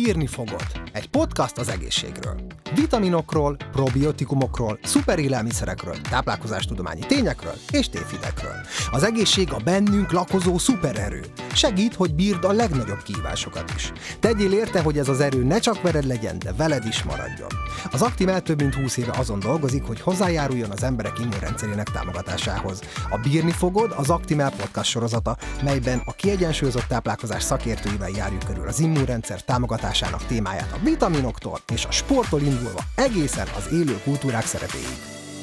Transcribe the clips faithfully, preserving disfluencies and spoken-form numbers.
Bírni fogod. Egy podcast az egészségről. Vitaminokról, probiotikumokról, szuperélelmiszerekről, táplálkozástudományi tényekről és tévhitekről. Az egészség a bennünk lakozó szupererő. Segít, hogy bírd a legnagyobb kihívásokat is. Tegyél érte, hogy ez az erő ne csak veled legyen, de veled is maradjon. Az Actimel több mint húsz éve azon dolgozik, hogy hozzájáruljon az emberek immunrendszerének támogatásához. A Bírni fogod az Actimel podcast sorozata, melyben a kiegyensúlyozott táplálkozás szakértőivel járjuk körül az immunrendszer támogatásának témáját a vitaminoktól és a sporttól indulva egészen az élő kultúrák szerepéig.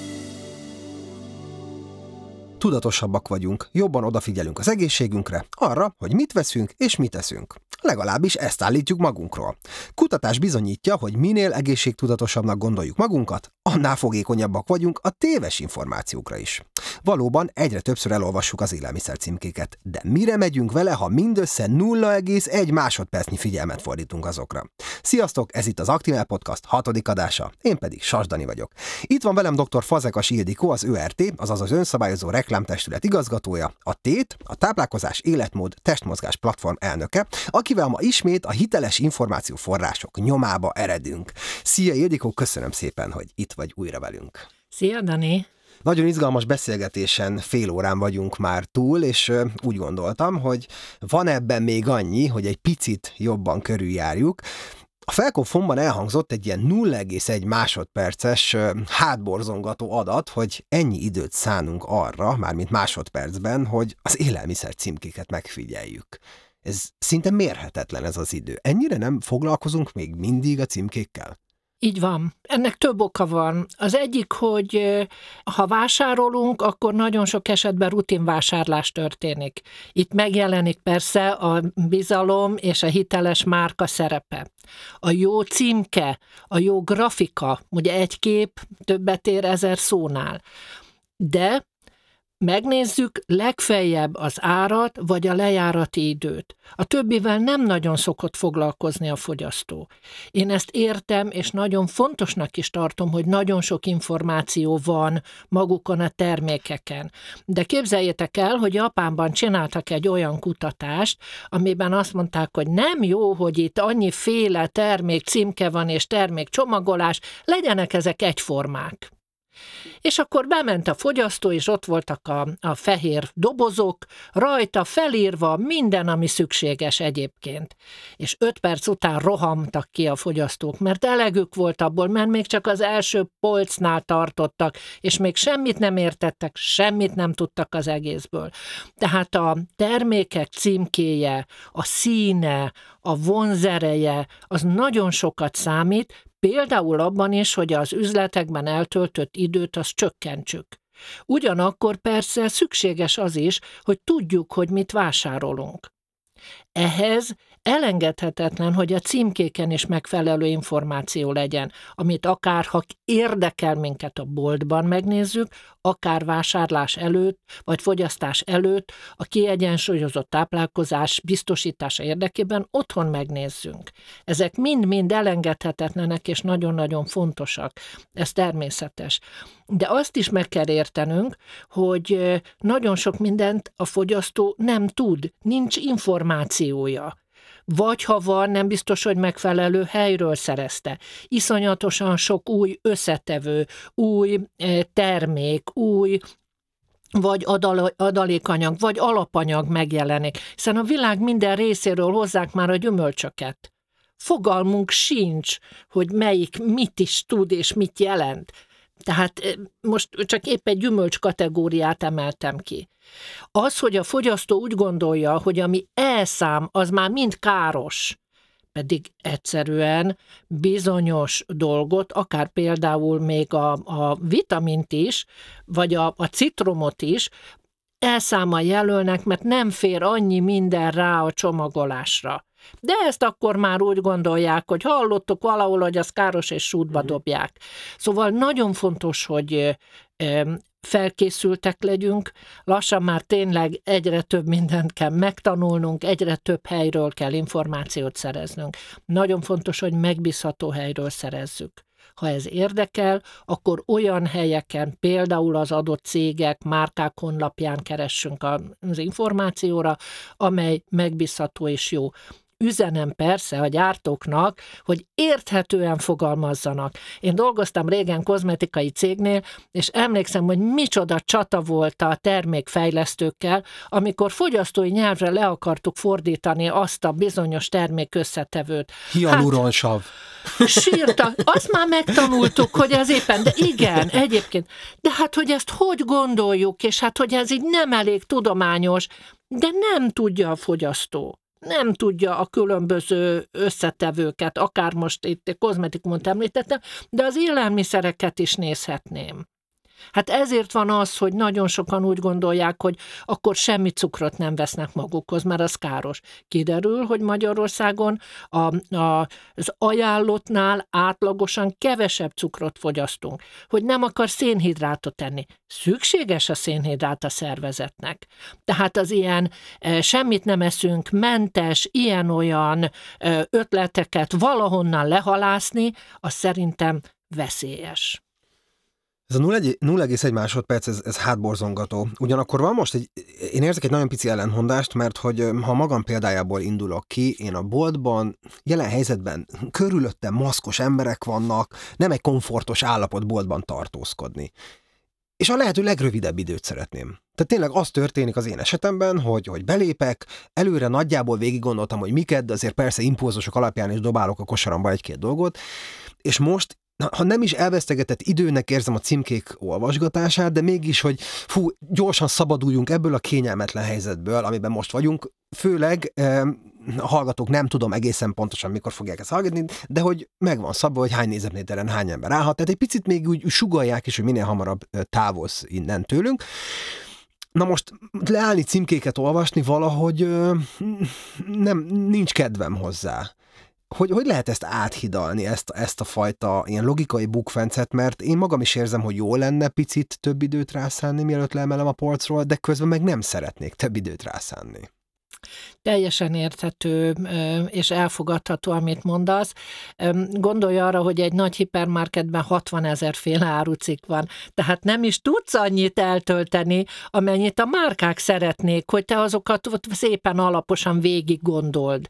Tudatosabbak vagyunk, jobban odafigyelünk az egészségünkre, arra, hogy mit veszünk és mit eszünk. Legalábbis ezt állítjuk magunkról. Kutatás bizonyítja, hogy minél egészségtudatosabbnak gondoljuk magunkat, annál fogékonyabbak vagyunk a téves információkra is. Valóban egyre többször elolvassuk az élelmiszer címkéket, de mire megyünk vele, ha mindössze nulla egész egy másodpercnyi figyelmet fordítunk azokra? Sziasztok, ez itt az Actimel Podcast hatodik adása, én pedig Sas Dani vagyok. Itt van velem dr. Fazekas Ildikó, az ö er té, azaz az Önszabályozó Reklámtestület igazgatója, a tét, a Táplálkozás Életmód Testmozgás Platform elnöke, akivel ma ismét a hiteles információforrások nyomába eredünk. Szia Ildikó, köszönöm szépen, hogy itt vagy újra velünk. Szia Dani! Nagyon izgalmas beszélgetésen fél órán vagyunk már túl, és úgy gondoltam, hogy van ebben még annyi, hogy egy picit jobban körüljárjuk. A felkonfomban elhangzott egy ilyen nulla egész egy másodperces hátborzongató adat, hogy ennyi időt szánunk arra, mármint másodpercben, hogy az élelmiszer címkéket megfigyeljük. Ez szinte mérhetetlen ez az idő. Ennyire nem foglalkozunk még mindig a címkékkel? Így van. Ennek több oka van. Az egyik, hogy ha vásárolunk, akkor nagyon sok esetben rutinvásárlás történik. Itt megjelenik persze a bizalom és a hiteles márka szerepe. A jó címke, a jó grafika, ugye egy kép többet ér ezer szónál. De megnézzük legfeljebb az árat vagy a lejárati időt. A többivel nem nagyon szokott foglalkozni a fogyasztó. Én ezt értem, és nagyon fontosnak is tartom, hogy nagyon sok információ van magukon a termékeken. De képzeljétek el, hogy Japánban csináltak egy olyan kutatást, amiben azt mondták, hogy nem jó, hogy itt annyiféle termék címke van és termék csomagolás, legyenek ezek egyformák. És akkor bement a fogyasztó, és ott voltak a, a fehér dobozok, rajta felírva minden, ami szükséges egyébként. És öt perc után rohamtak ki a fogyasztók, mert elegük volt abból, mert még csak az első polcnál tartottak, és még semmit nem értettek, semmit nem tudtak az egészből. Tehát a termékek címkéje, a színe, a vonzereje, az nagyon sokat számít, például abban is, hogy az üzletekben eltöltött időt azt csökkentsük. Ugyanakkor persze szükséges az is, hogy tudjuk, hogy mit vásárolunk. Ehhez elengedhetetlen, hogy a címkéken is megfelelő információ legyen, amit akár ha érdekel minket a boltban megnézzük, akár vásárlás előtt, vagy fogyasztás előtt a kiegyensúlyozott táplálkozás biztosítása érdekében otthon megnézzünk. Ezek mind-mind elengedhetetlenek és nagyon-nagyon fontosak. Ez természetes. De azt is meg kell értenünk, hogy nagyon sok mindent a fogyasztó nem tud, nincs információja. Vagy ha van, nem biztos, hogy megfelelő helyről szerezte. Iszonyatosan sok új összetevő, új termék, új vagy adal- adalékanyag, vagy alapanyag megjelenik, hiszen a világ minden részéről hozzák már a gyümölcsöket. Fogalmunk sincs, hogy melyik mit is tud és mit jelent. Tehát most csak épp egy gyümölcs kategóriát emeltem ki. Az, hogy a fogyasztó úgy gondolja, hogy ami elszám, az már mind káros, pedig egyszerűen bizonyos dolgot, akár például még a, a vitamint is, vagy a, a citromot is, elszámmal jelölnek, mert nem fér annyi minden rá a csomagolásra. De ezt akkor már úgy gondolják, hogy hallottuk valahol, hogy az káros, és sútba dobják. Szóval nagyon fontos, hogy felkészültek legyünk, lassan már tényleg egyre több mindent kell megtanulnunk, egyre több helyről kell információt szereznünk. Nagyon fontos, hogy megbízható helyről szerezzük. Ha ez érdekel, akkor olyan helyeken, például az adott cégek, márkák honlapján keressünk az információra, amely megbízható és jó. üzenem persze a gyártóknak, hogy érthetően fogalmazzanak. Én dolgoztam régen kozmetikai cégnél, és emlékszem, hogy micsoda csata volt a termékfejlesztőkkel, amikor fogyasztói nyelvre le akartuk fordítani azt a bizonyos termék összetevőt. Hialuronsav. Hát, sírta. Azt már megtanultuk, hogy ez éppen, de igen, egyébként. De hát, hogy ezt hogy gondoljuk, és hát, hogy ez így nem elég tudományos, de nem tudja a fogyasztó. Nem tudja a különböző összetevőket, akár most itt kozmetikumot említettem, de az élelmiszereket is nézhetném. Hát ezért van az, hogy nagyon sokan úgy gondolják, hogy akkor semmi cukrot nem vesznek magukhoz, mert az káros. Kiderül, hogy Magyarországon a, a, az ajánlottnál átlagosan kevesebb cukrot fogyasztunk, hogy nem akar szénhidrátot enni. Szükséges a szénhidrát a szervezetnek. Tehát az ilyen e, semmit nem eszünk, mentes, ilyen-olyan e, ötleteket valahonnan lehalászni, az szerintem veszélyes. Ez a nulla egész egy másodperc, ez, ez hátborzongató. Ugyanakkor van most egy, én érzek egy nagyon pici ellentmondást, mert hogy ha magam példájából indulok ki, én a boltban, jelen helyzetben körülöttem maszkos emberek vannak, nem egy komfortos állapot boltban tartózkodni. És a lehető legrövidebb időt szeretném. Tehát tényleg az történik az én esetemben, hogy, hogy belépek, előre nagyjából végig gondoltam, hogy miket, de azért persze impulzusok alapján is dobálok a kosaramba egy-két dolgot, és most ha nem is elvesztegetett időnek érzem a címkék olvasgatását, de mégis, hogy fú, gyorsan szabaduljunk ebből a kényelmetlen helyzetből, amiben most vagyunk, főleg eh, a hallgatók nem tudom egészen pontosan, mikor fogják ezt hallgatni, de hogy megvan szabva, hogy hány négyzetméteren hány ember állhat, tehát egy picit még úgy sugallják is, hogy minél hamarabb távolsz innen tőlünk. Na most leállni címkéket olvasni valahogy eh, nem, nincs kedvem hozzá. Hogy, hogy lehet ezt áthidalni, ezt, ezt a fajta ilyen logikai bukfencet, mert én magam is érzem, hogy jó lenne picit több időt rászánni, mielőtt leemelem a polcról, de közben meg nem szeretnék több időt rászánni. Teljesen érthető és elfogadható, amit mondasz. Gondolj arra, hogy egy nagy hipermarketben hatvanezer féle árucikk van, tehát nem is tudsz annyit eltölteni, amennyit a márkák szeretnék, hogy te azokat szépen alaposan végig gondold.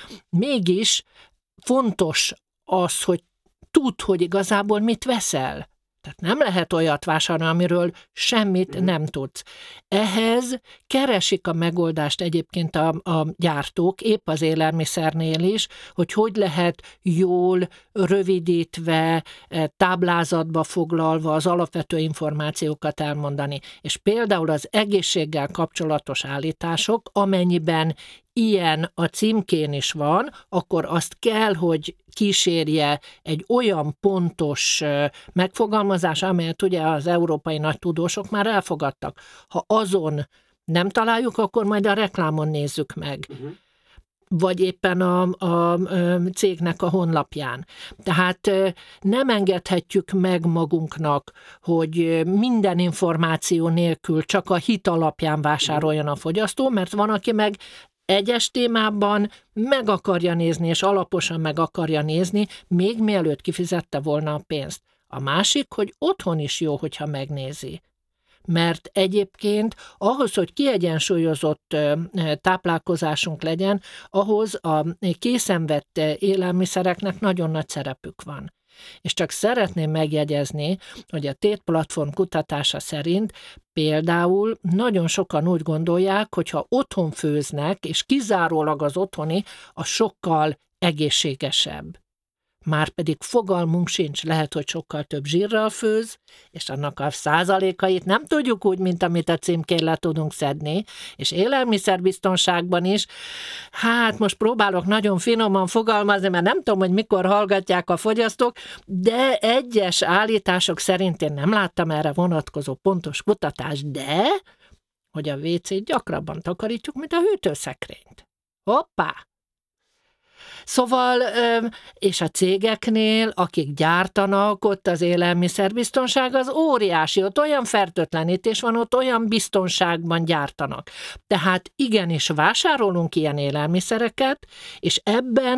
Mégis fontos az, hogy tudd, hogy igazából mit veszel. Tehát nem lehet olyat vásárolni, amiről semmit nem tudsz. Ehhez keresik a megoldást egyébként a, a gyártók, épp az élelmiszernél is, hogy hogy lehet jól, rövidítve, táblázatba foglalva az alapvető információkat elmondani. És például az egészséggel kapcsolatos állítások, amennyiben ilyen a címkén is van, akkor azt kell, hogy kísérje egy olyan pontos megfogalmazás, amelyet ugye az európai nagy tudósok már elfogadtak. Ha azon nem találjuk, akkor majd a reklámon nézzük meg. Uh-huh. Vagy éppen a, a, a cégnek a honlapján. Tehát nem engedhetjük meg magunknak, hogy minden információ nélkül csak a hit alapján vásároljon a fogyasztó, mert van, aki meg egyes témában meg akarja nézni, és alaposan meg akarja nézni, még mielőtt kifizette volna a pénzt. A másik, hogy otthon is jó, hogyha megnézi. Mert egyébként ahhoz, hogy kiegyensúlyozott táplálkozásunk legyen, ahhoz a készen vett élelmiszereknek nagyon nagy szerepük van. És csak szeretném megjegyezni, hogy a Tét platform kutatása szerint például nagyon sokan úgy gondolják, hogy ha otthon főznek, és kizárólag az otthoni, az sokkal egészségesebb. Márpedig fogalmunk sincs, lehet, hogy sokkal több zsírral főz, és annak a százalékait nem tudjuk úgy, mint amit a címkén le tudunk szedni, és élelmiszerbiztonságban is. Hát most próbálok nagyon finoman fogalmazni, mert nem tudom, hogy mikor hallgatják a fogyasztók, de egyes állítások szerint én nem láttam erre vonatkozó pontos kutatást, de hogy a vécét gyakrabban takarítjuk, mint a hűtőszekrényt. Hoppá! Szóval, és a cégeknél, akik gyártanak, ott az élelmiszerbiztonság az óriási, ott olyan fertőtlenítés van, ott olyan biztonságban gyártanak. Tehát igenis vásárolunk ilyen élelmiszereket, és ebben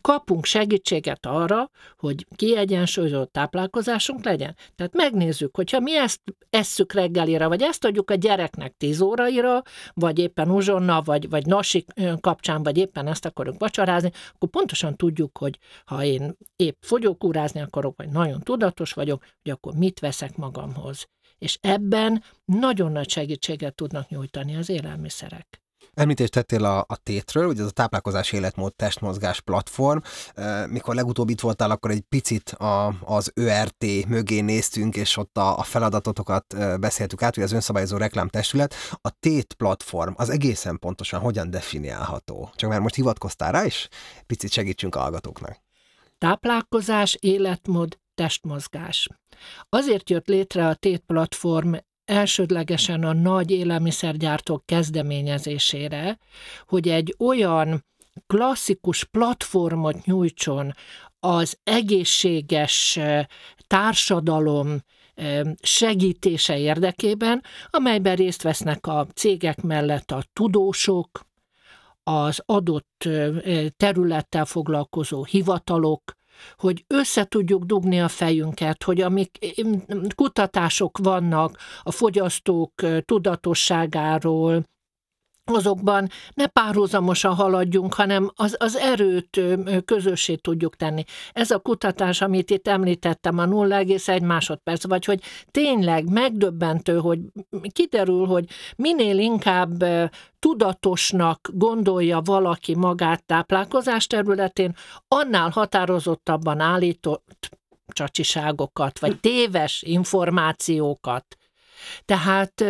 kapunk segítséget arra, hogy kiegyensúlyozott táplálkozásunk legyen. Tehát megnézzük, hogyha mi ezt esszük reggelire, vagy ezt adjuk a gyereknek tíz óraira, vagy éppen uzsonna, vagy, vagy nasi kapcsán, vagy éppen ezt akarunk vacsorázni, akkor pontosan tudjuk, hogy ha én épp fogyókúrázni akarok, vagy nagyon tudatos vagyok, hogy akkor mit veszek magamhoz. És ebben nagyon nagy segítséget tudnak nyújtani az élelmiszerek. Említést tettél a, a tétről, ugye ez a táplálkozás életmód testmozgás platform. Mikor legutóbb itt voltál, akkor egy picit a, az ö er té mögé néztünk, és ott a, a feladatotokat beszéltük át, hogy az önszabályozó reklámtestület. A tét platform az egészen pontosan hogyan definiálható? Csak már most hivatkoztál rá, és picit segítsünk a hallgatóknak. Táplálkozás, életmód, testmozgás. Azért jött létre a tét platform elsődlegesen a nagy élelmiszergyártók kezdeményezésére, hogy egy olyan klasszikus platformot nyújtson az egészséges társadalom segítése érdekében, amelyben részt vesznek a cégek mellett a tudósok, az adott területtel foglalkozó hivatalok, hogy össze tudjuk dugni a fejünket, hogy amik kutatások vannak a fogyasztók tudatosságáról, azokban ne párhuzamosan haladjunk, hanem az, az erőt közössé tudjuk tenni. Ez a kutatás, amit itt említettem, a nulla egész egy másodperc, vagy hogy tényleg megdöbbentő, hogy kiderül, hogy minél inkább tudatosnak gondolja valaki magát táplálkozás területén, annál határozottabban állított csacsiságokat, vagy téves információkat. Tehát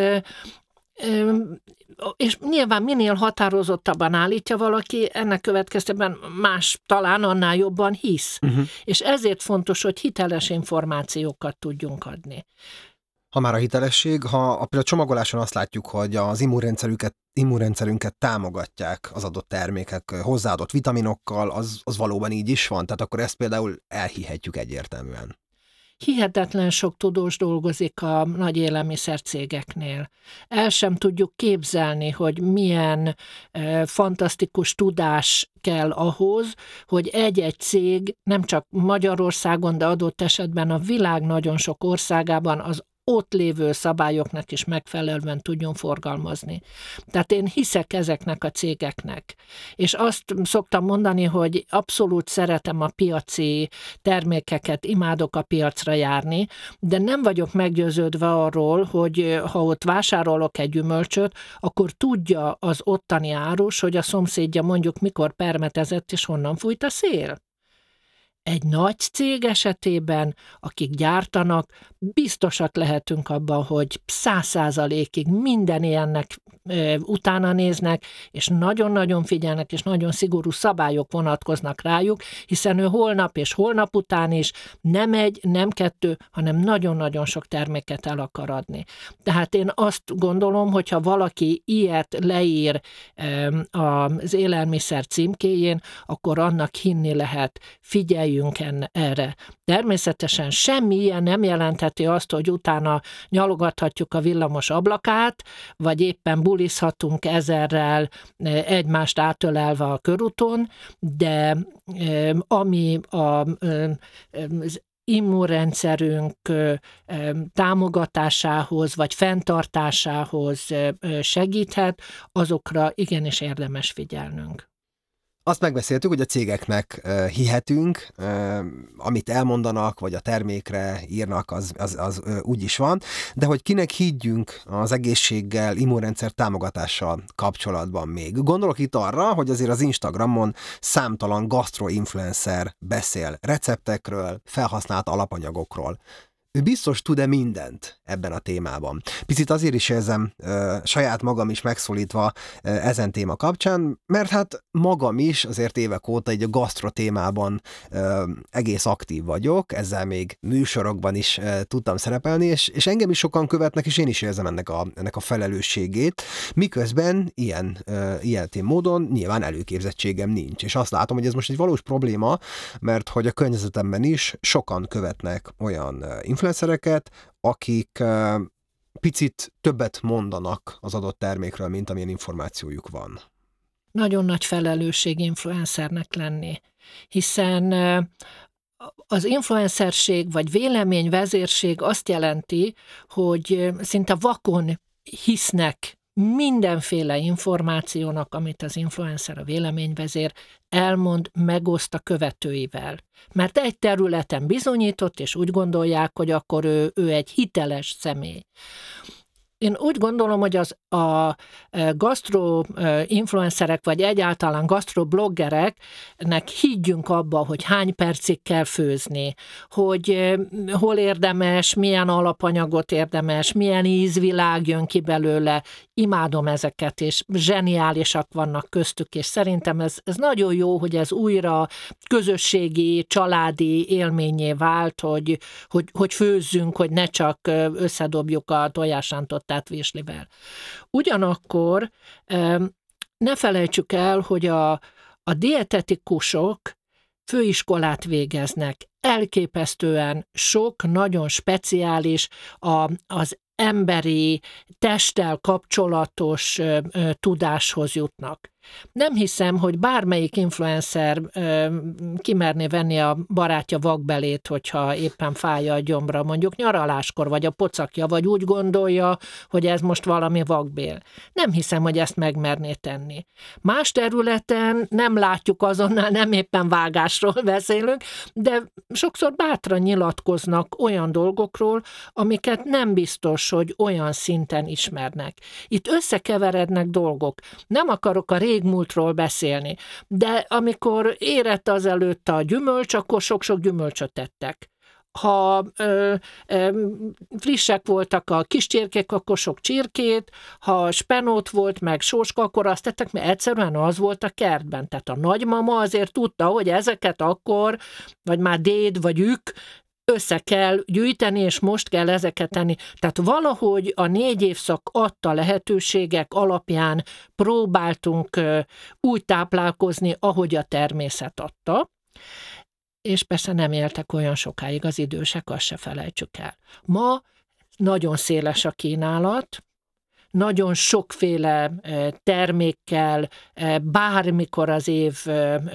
és nyilván minél határozottabban állítja valaki, ennek következtében más talán annál jobban hisz. Uh-huh. És ezért fontos, hogy hiteles információkat tudjunk adni. Ha már a hitelesség, ha a, például a csomagoláson azt látjuk, hogy az immunrendszerünket, immunrendszerünket támogatják az adott termékek hozzáadott vitaminokkal, az, az valóban így is van? Tehát akkor ezt például elhihetjük egyértelműen. Hihetetlen sok tudós dolgozik a nagy élelmiszercégeknél. El sem tudjuk képzelni, hogy milyen e, fantasztikus tudás kell ahhoz, hogy egy-egy cég nem csak Magyarországon, de adott esetben a világ nagyon sok országában az ott lévő szabályoknak is megfelelően tudjon forgalmazni. Tehát én hiszek ezeknek a cégeknek. És azt szoktam mondani, hogy abszolút szeretem a piaci termékeket, imádok a piacra járni, de nem vagyok meggyőződve arról, hogy ha ott vásárolok egy gyümölcsöt, akkor tudja az ottani árus, hogy a szomszédja mondjuk mikor permetezett és honnan fújt a szél. Egy nagy cég esetében, akik gyártanak, biztosak lehetünk abban, hogy száz százalékig minden ilyennek e, utána néznek, és nagyon-nagyon figyelnek, és nagyon szigorú szabályok vonatkoznak rájuk, hiszen ő holnap és holnap után is nem egy, nem kettő, hanem nagyon-nagyon sok terméket el akar adni. Tehát én azt gondolom, hogyha valaki ilyet leír e, az élelmiszer címkéjén, akkor annak hinni lehet, figyelj erre. Természetesen semmi ilyen nem jelentheti azt, hogy utána nyalogathatjuk a villamos ablakát, vagy éppen bulizhatunk ezerrel egymást átölelve a körúton, de ami a, az immunrendszerünk támogatásához vagy fenntartásához segíthet, azokra igenis érdemes figyelnünk. Azt megbeszéltük, hogy a cégeknek uh, hihetünk, uh, amit elmondanak, vagy a termékre írnak, az, az, az uh, úgy is van, de hogy kinek higgyünk az egészséggel, immunrendszer támogatással kapcsolatban még. Gondolok itt arra, hogy azért az Instagramon számtalan gastroinfluencer beszél receptekről, felhasznált alapanyagokról. Ő biztos tud-e mindent ebben a témában? Picit azért is érzem ö, saját magam is megszólítva ö, ezen téma kapcsán, mert hát magam is azért évek óta egy a gasztro témában ö, egész aktív vagyok, ezzel még műsorokban is ö, tudtam szerepelni, és, és engem is sokan követnek, és én is érzem ennek a, ennek a felelősségét, miközben ilyen, ö, ilyen módon nyilván előképzettségem nincs. És azt látom, hogy ez most egy valós probléma, mert hogy a környezetemben is sokan követnek olyan influencereket, influencereket, akik uh, picit többet mondanak az adott termékről, mint amilyen információjuk van. Nagyon nagy felelősség influencernek lenni. hiszen az influencerség vagy véleményvezérség azt jelenti, hogy szinte vakon hisznek mindenféle információnak, amit az influencer, a véleményvezér elmond, megoszt a követőivel. Mert egy területen bizonyított, és úgy gondolják, hogy akkor ő, ő egy hiteles személy. Én úgy gondolom, hogy az a gasztro-influencerek, vagy egyáltalán gasztrobloggereknek higgyünk abba, hogy hány percig kell főzni, hogy hol érdemes, milyen alapanyagot érdemes, milyen ízvilág jön ki belőle. Imádom ezeket, és zseniálisak vannak köztük, és szerintem ez, ez nagyon jó, hogy ez újra közösségi, családi élményé vált, hogy, hogy, hogy főzzünk, hogy ne csak összedobjuk a tojásrántottát virslivel. Ugyanakkor ne felejtsük el, hogy a, a dietetikusok főiskolát végeznek. Elképesztően sok, nagyon speciális a, az emberi, testtel kapcsolatos ö, ö, tudáshoz jutnak. Nem hiszem, hogy bármelyik influencer ö, kimerné venni a barátja vakbelét, hogyha éppen fája a gyomra, mondjuk nyaraláskor, vagy a pocakja, vagy úgy gondolja, hogy ez most valami vakbél. Nem hiszem, hogy ezt megmerné tenni. Más területen nem látjuk azonnal, nem éppen vágásról beszélünk, de sokszor bátran nyilatkoznak olyan dolgokról, amiket nem biztos, hogy olyan szinten ismernek. Itt összekeverednek dolgok. Nem akarok a régmúltról beszélni, de amikor érett azelőtt a gyümölcs, akkor sok-sok gyümölcsöt ettek. Ha ö, ö, frissek voltak a kis csirkék, akkor sok csirkét, ha spenót volt, meg sóska, akkor azt tettek, mert egyszerűen az volt a kertben. Tehát a nagymama azért tudta, hogy ezeket akkor, vagy már déd, vagy ők, össze kell gyűjteni, és most kell ezeket tenni. Tehát valahogy a négy évszak adta lehetőségek alapján próbáltunk úgy táplálkozni, ahogy a természet adta, és persze nem éltek olyan sokáig az idősek, azt se felejtsük el. Ma nagyon széles a kínálat, nagyon sokféle termékkel bármikor az év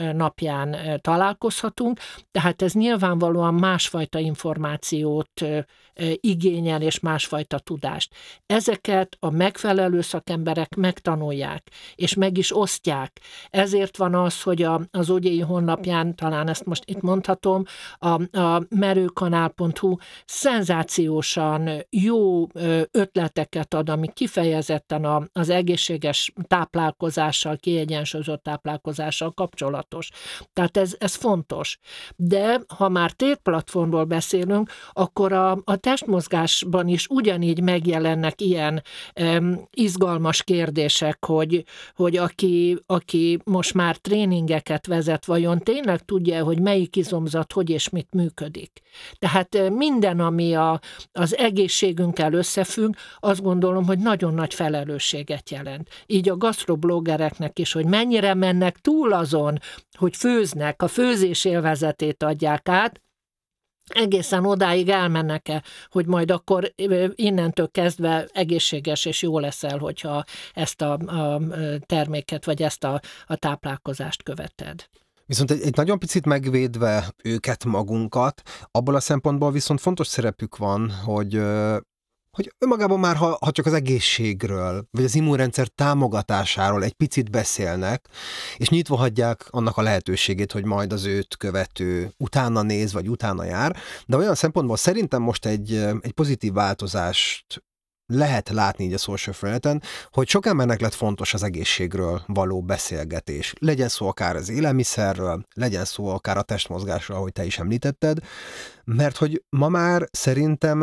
napján találkozhatunk, tehát ez nyilvánvalóan másfajta információt igényel és másfajta tudást. Ezeket a megfelelő szakemberek megtanulják, és meg is osztják. Ezért van az, hogy a, az Ogyéi honlapján, talán ezt most itt mondhatom, a, a merőkanál pont hu szenzációsan jó ötleteket ad, ami kifejezetten a, az egészséges táplálkozással, kiegyensúlyozott táplálkozással kapcsolatos. Tehát ez, ez fontos. De ha már tétplatformról beszélünk, akkor a, a testmozgásban is ugyanígy megjelennek ilyen um, izgalmas kérdések, hogy, hogy aki, aki most már tréningeket vezet, vajon tényleg tudja, hogy melyik izomzat hogy és mit működik. Tehát minden, ami a, az egészségünkkel összefügg, azt gondolom, hogy nagyon nagy felelősséget jelent. Így a gasztrobloggereknek is, hogy mennyire mennek túl azon, hogy főznek, a főzés élvezetét adják át, egészen odáig elmennek-e, hogy majd akkor innentől kezdve egészséges és jó leszel, hogyha ezt a, a terméket, vagy ezt a, a táplálkozást követed. Viszont egy, egy nagyon picit megvédve őket, magunkat, abból a szempontból viszont fontos szerepük van, hogy hogy önmagában már, ha, ha csak az egészségről, vagy az immunrendszer támogatásáról egy picit beszélnek, és nyitva hagyják annak a lehetőségét, hogy majd az őt követő utána néz, vagy utána jár, de olyan szempontból szerintem most egy, egy pozitív változást lehet látni így a social felületen, hogy sok embernek lett fontos az egészségről való beszélgetés. Legyen szó akár az élelmiszerről, legyen szó akár a testmozgásról, ahogy te is említetted, mert hogy ma már szerintem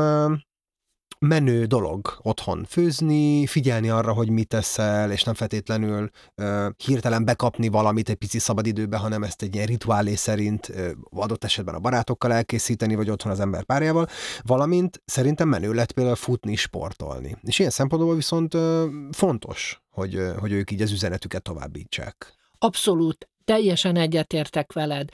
menő dolog otthon főzni, figyelni arra, hogy mit teszel, és nem feltétlenül uh, hirtelen bekapni valamit egy pici szabadidőbe, hanem ezt egy ilyen rituálé szerint uh, adott esetben a barátokkal elkészíteni, vagy otthon az ember párjával, valamint szerintem menő lett például futni, sportolni. És ilyen szempontból viszont uh, fontos, hogy, uh, hogy ők így az üzenetüket továbbítsák. Abszolút. Teljesen egyetértek veled.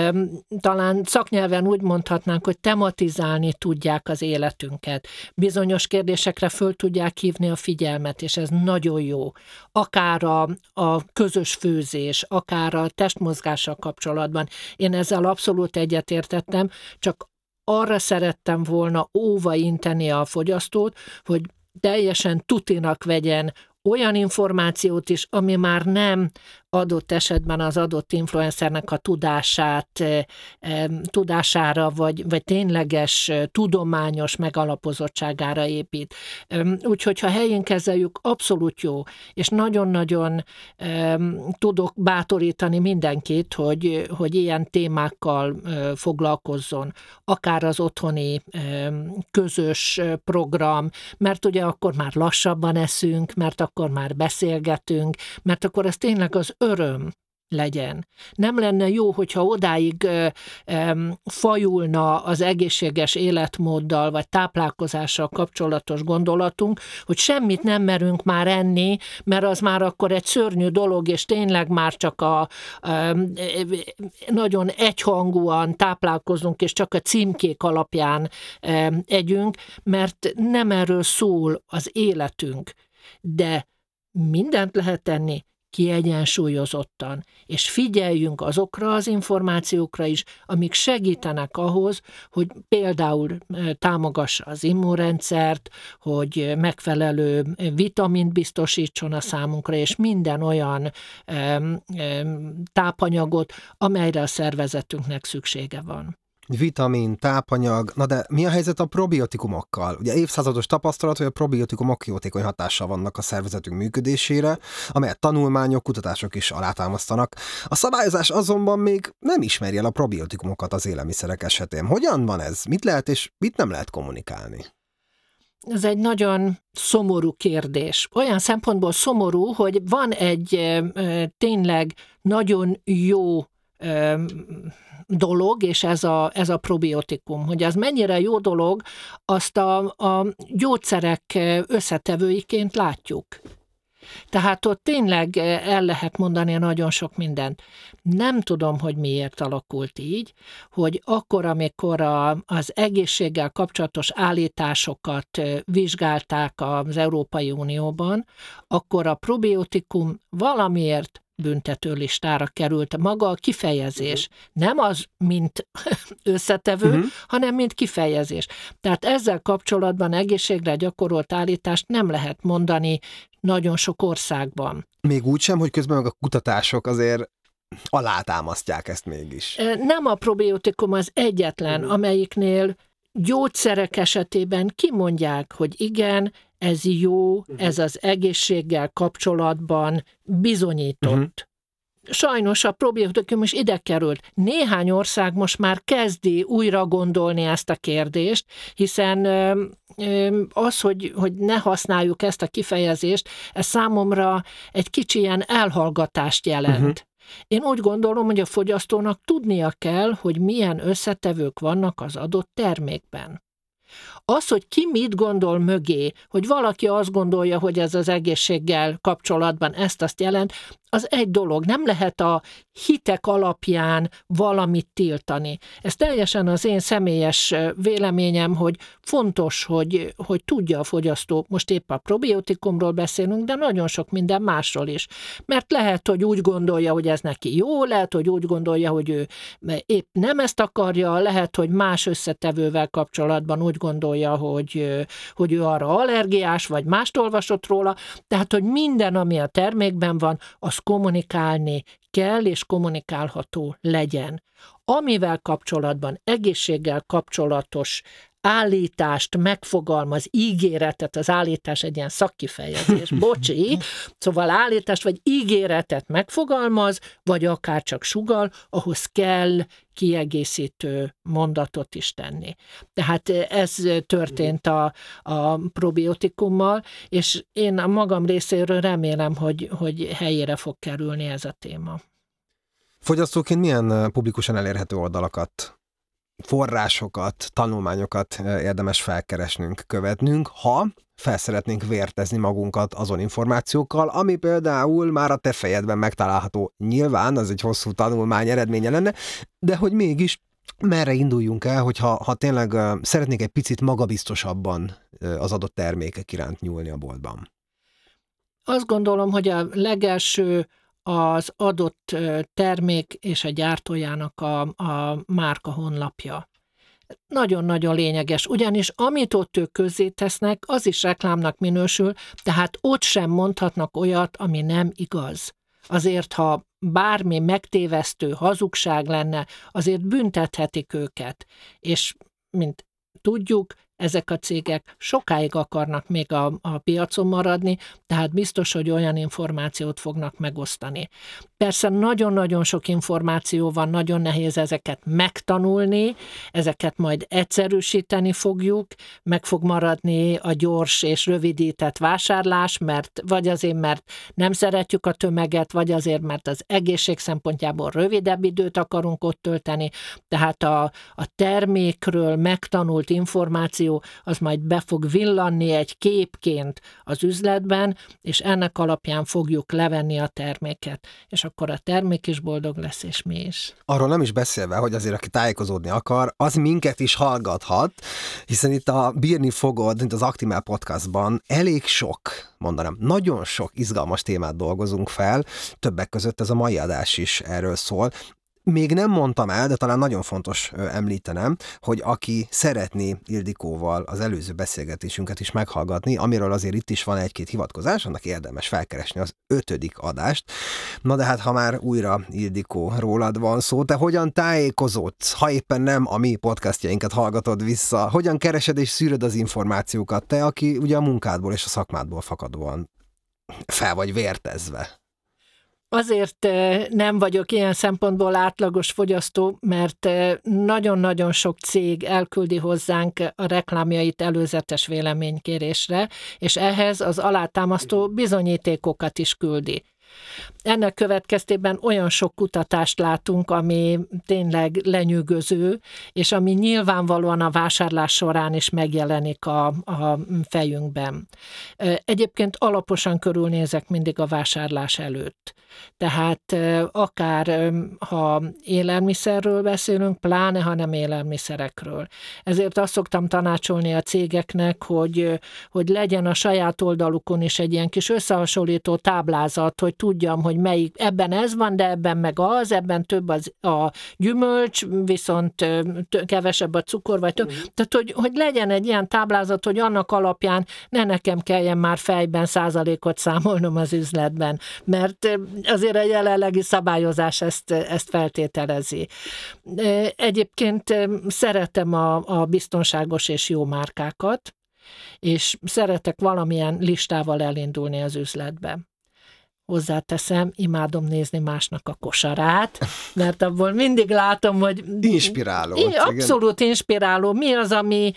Talán szaknyelven úgy mondhatnánk, hogy tematizálni tudják az életünket. Bizonyos kérdésekre föl tudják hívni a figyelmet, és ez nagyon jó. Akár a, a közös főzés, akár a testmozgással kapcsolatban. Én ezzel abszolút egyetértettem, csak arra szerettem volna óva inteni a fogyasztót, hogy teljesen tutinak vegyen olyan információt is, ami már nem adott esetben az adott influencernek a tudását, tudására, vagy, vagy tényleges tudományos megalapozottságára épít. Úgyhogy, ha helyén kezeljük, abszolút jó, és nagyon-nagyon tudok bátorítani mindenkit, hogy, hogy ilyen témákkal foglalkozzon. Akár az otthoni közös program, mert ugye akkor már lassabban eszünk, mert akkor már beszélgetünk, mert akkor ez tényleg az öröm legyen. Nem lenne jó, hogyha odáig ö, ö, fajulna az egészséges életmóddal vagy táplálkozással kapcsolatos gondolatunk, hogy semmit nem merünk már enni, mert az már akkor egy szörnyű dolog, és tényleg már csak a ö, nagyon egyhangúan táplálkozunk, és csak a címkék alapján ö, együnk, mert nem erről szól az életünk. De mindent lehet tenni kiegyensúlyozottan, és figyeljünk azokra az információkra is, amik segítenek ahhoz, hogy például támogassa az immunrendszert, hogy megfelelő vitamint biztosítson a számunkra, és minden olyan um, um, tápanyagot, amelyre a szervezetünknek szüksége van. Vitamin, tápanyag, na de mi a helyzet a probiotikumokkal? Ugye évszázados tapasztalat, hogy a probiotikumok jótékony hatással vannak a szervezetünk működésére, amelyet tanulmányok, kutatások is alátámasztanak. A szabályozás azonban még nem ismeri el a probiotikumokat az élelmiszerek esetén. Hogyan van ez? Mit lehet és mit nem lehet kommunikálni? Ez egy nagyon szomorú kérdés. Olyan szempontból szomorú, hogy van egy e, tényleg nagyon jó e, dolog, és ez a, ez a probiotikum. Hogy az mennyire jó dolog, azt a, a gyógyszerek összetevőiként látjuk. Tehát ott tényleg el lehet mondani nagyon sok mindent. Nem tudom, hogy miért alakult így, hogy akkor, amikor a, az egészséggel kapcsolatos állításokat vizsgálták az Európai Unióban, akkor a probiotikum valamiért büntetőlistára került maga a kifejezés. Nem az, mint összetevő, uh-huh. hanem mint kifejezés. Tehát ezzel kapcsolatban egészségre gyakorolt állítást nem lehet mondani nagyon sok országban. Még úgy sem, hogy közben meg a kutatások azért alátámasztják ezt mégis. Nem a probiotikum az egyetlen, uh-huh. amelyiknél gyógyszerek esetében kimondják, hogy igen, ez jó, uh-huh. ez az egészséggel kapcsolatban bizonyított. Uh-huh. Sajnos a probiotikum is ide került. Néhány ország most már kezdi újra gondolni ezt a kérdést, hiszen az, hogy, hogy ne használjuk ezt a kifejezést, ez számomra egy kicsi ilyen elhallgatást jelent. Uh-huh. Én úgy gondolom, hogy a fogyasztónak tudnia kell, hogy milyen összetevők vannak az adott termékben. Az, hogy ki mit gondol mögé, hogy valaki azt gondolja, hogy ez az egészséggel kapcsolatban ezt-azt jelent, az egy dolog. Nem lehet a hitek alapján valamit tiltani. Ez teljesen az én személyes véleményem, hogy fontos, hogy, hogy tudja a fogyasztó, most épp a probiotikumról beszélünk, de nagyon sok minden másról is. Mert lehet, hogy úgy gondolja, hogy ez neki jó, lehet, hogy úgy gondolja, hogy ő épp nem ezt akarja, lehet, hogy más összetevővel kapcsolatban úgy gondolja, hogy, hogy ő arra allergiás, vagy mást olvasott róla. Tehát, hogy minden, ami a termékben van, az kommunikálni kell, és kommunikálható legyen. Amivel kapcsolatban, egészséggel kapcsolatos állítást megfogalmaz, ígéretet, az állítás egy ilyen szakkifejezés, bocsi, szóval állítást vagy ígéretet megfogalmaz, vagy akár csak sugall, ahhoz kell kiegészítő mondatot is tenni. Tehát ez történt a, a probiotikummal, és én a magam részéről remélem, hogy, hogy helyére fog kerülni ez a téma. Fogyasztóként milyen publikusan elérhető oldalakat forrásokat, tanulmányokat érdemes felkeresnünk, követnünk, ha fel szeretnénk vértezni magunkat azon információkkal, ami például már a te fejedben megtalálható. Nyilván, az egy hosszú tanulmány eredménye lenne, de hogy mégis merre induljunk el, hogyha ha tényleg uh, szeretnék egy picit magabiztosabban uh, az adott termékek iránt nyúlni a boltban? Azt gondolom, hogy a legelső az adott termék és a gyártójának a, a márka honlapja. Nagyon-nagyon lényeges, ugyanis amit ott ők közzé tesznek, az is reklámnak minősül, tehát ott sem mondhatnak olyat, ami nem igaz. Azért, ha bármi megtévesztő hazugság lenne, azért büntethetik őket. És, mint tudjuk, ezek a cégek sokáig akarnak még a, a piacon maradni, tehát biztos, hogy olyan információt fognak megosztani. Persze nagyon-nagyon sok információ van, nagyon nehéz ezeket megtanulni, ezeket majd egyszerűsíteni fogjuk, meg fog maradni a gyors és rövidített vásárlás, mert vagy azért, mert nem szeretjük a tömeget, vagy azért, mert az egészség szempontjából rövidebb időt akarunk ott tölteni, tehát a, a termékről megtanult információ az majd be fog villanni egy képként az üzletben, és ennek alapján fogjuk levenni a terméket, és akkor a termék is boldog lesz, és mi is. Arról nem is beszélve, hogy azért, aki tájékozódni akar, az minket is hallgathat, hiszen itt a Bírni fogod, mint az Actimel podcastban elég sok, mondanám, nagyon sok izgalmas témát dolgozunk fel, többek között ez a mai adás is erről szól. Még nem mondtam el, de talán nagyon fontos említenem, hogy aki szeretné Ildikóval az előző beszélgetésünket is meghallgatni, amiről azért itt is van egy-két hivatkozás, annak érdemes felkeresni az ötödik adást. Na de hát, ha már újra Ildikó rólad van szó, te hogyan tájékozódsz, ha éppen nem a mi podcastjainkat hallgatod vissza, hogyan keresed és szűröd az információkat, te, aki ugye a munkádból és a szakmádból fakadóan fel vagy vértezve? Azért nem vagyok ilyen szempontból átlagos fogyasztó, mert nagyon-nagyon sok cég elküldi hozzánk a reklámjait előzetes véleménykérésre, és ehhez az alátámasztó bizonyítékokat is küldi. Ennek következtében olyan sok kutatást látunk, ami tényleg lenyűgöző, és ami nyilvánvalóan a vásárlás során is megjelenik a, a fejünkben. Egyébként alaposan körülnézek mindig a vásárlás előtt. Tehát akár ha élelmiszerről beszélünk, pláne ha nem élelmiszerekről. Ezért azt szoktam tanácsolni a cégeknek, hogy, hogy legyen a saját oldalukon is egy ilyen kis összehasonlító táblázat, hogy tudjam, hogy melyik, ebben ez van, de ebben meg az, ebben több az a gyümölcs, viszont kevesebb a cukor, vagy több. Mm. Tehát, hogy, hogy legyen egy ilyen táblázat, hogy annak alapján ne nekem kelljen már fejben százalékot számolnom az üzletben, mert azért a jelenlegi szabályozás ezt, ezt feltételezi. Egyébként szeretem a, a biztonságos és jó márkákat, és szeretek valamilyen listával elindulni az üzletbe. Hozzáteszem, imádom nézni másnak a kosarát, mert abból mindig látom, hogy... Inspiráló. Abszolút inspiráló. Mi az, ami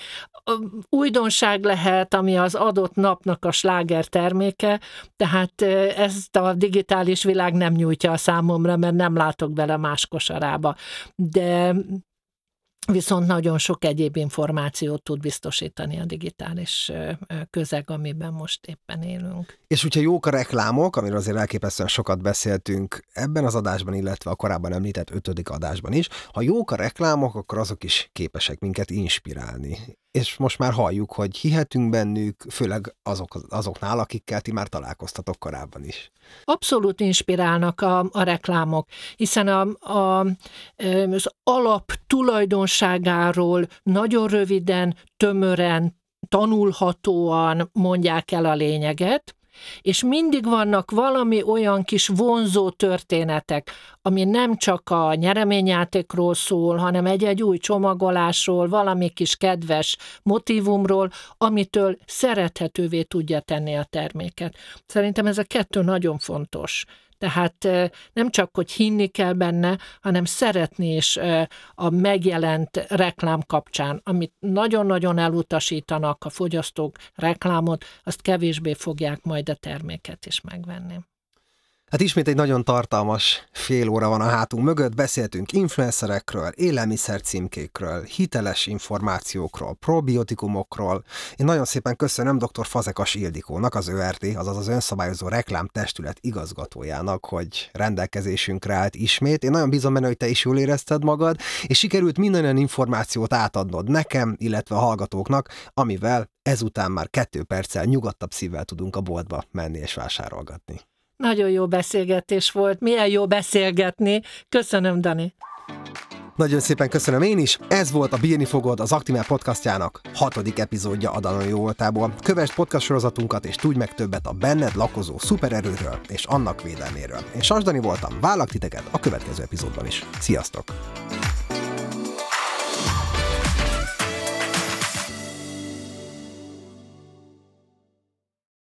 újdonság lehet, ami az adott napnak a sláger terméke, tehát ezt a digitális világ nem nyújtja a számomra, mert nem látok bele más kosarába. De... viszont nagyon sok egyéb információt tud biztosítani a digitális közeg, amiben most éppen élünk. És hogyha jók a reklámok, amiről azért elképesztően sokat beszéltünk ebben az adásban, illetve a korábban említett ötödik adásban is, ha jók a reklámok, akkor azok is képesek minket inspirálni. És most már halljuk, hogy hihetünk bennük, főleg azok, azoknál, akikkel ti már találkoztatok korábban is. Abszolút inspirálnak a, a reklámok, hiszen a, a, az alap tulajdonságáról nagyon röviden, tömören, tanulhatóan mondják el a lényeget, és mindig vannak valami olyan kis vonzó történetek, ami nem csak a nyereményjátékról szól, hanem egy-egy új csomagolásról, valami kis kedves motívumról, amitől szerethetővé tudja tenni a terméket. Szerintem ez a kettő nagyon fontos. Tehát nem csak, hogy hinni kell benne, hanem szeretni is a megjelent reklám kapcsán, amit nagyon-nagyon elutasítanak a fogyasztók reklámot, azt kevésbé fogják majd a terméket is megvenni. Hát ismét egy nagyon tartalmas fél óra van a hátunk mögött, beszéltünk influencerekről, élelmiszer címkékről, hiteles információkról, probiotikumokról. Én nagyon szépen köszönöm dr. Fazekas Ildikónak, az ö er té, azaz az Önszabályozó Reklámtestület igazgatójának, hogy rendelkezésünkre állt ismét. Én nagyon bízom benne, hogy te is jól érezted magad, és sikerült minden olyan információt átadnod nekem, illetve a hallgatóknak, amivel ezután már kettő perccel nyugodtabb szívvel tudunk a boltba menni és vásárolgatni. Nagyon jó beszélgetés volt. Milyen jó beszélgetni. Köszönöm, Dani. Nagyon szépen köszönöm én is. Ez volt a Bírni fogod, az Aktimel podcastjának hatodik epizódja Adanon jó voltából. Kövesd podcast sorozatunkat, és tudj meg többet a benned lakozó szupererőről és annak védelméről. Én Sas Dani voltam, várlak titeket a következő epizódban is. Sziasztok!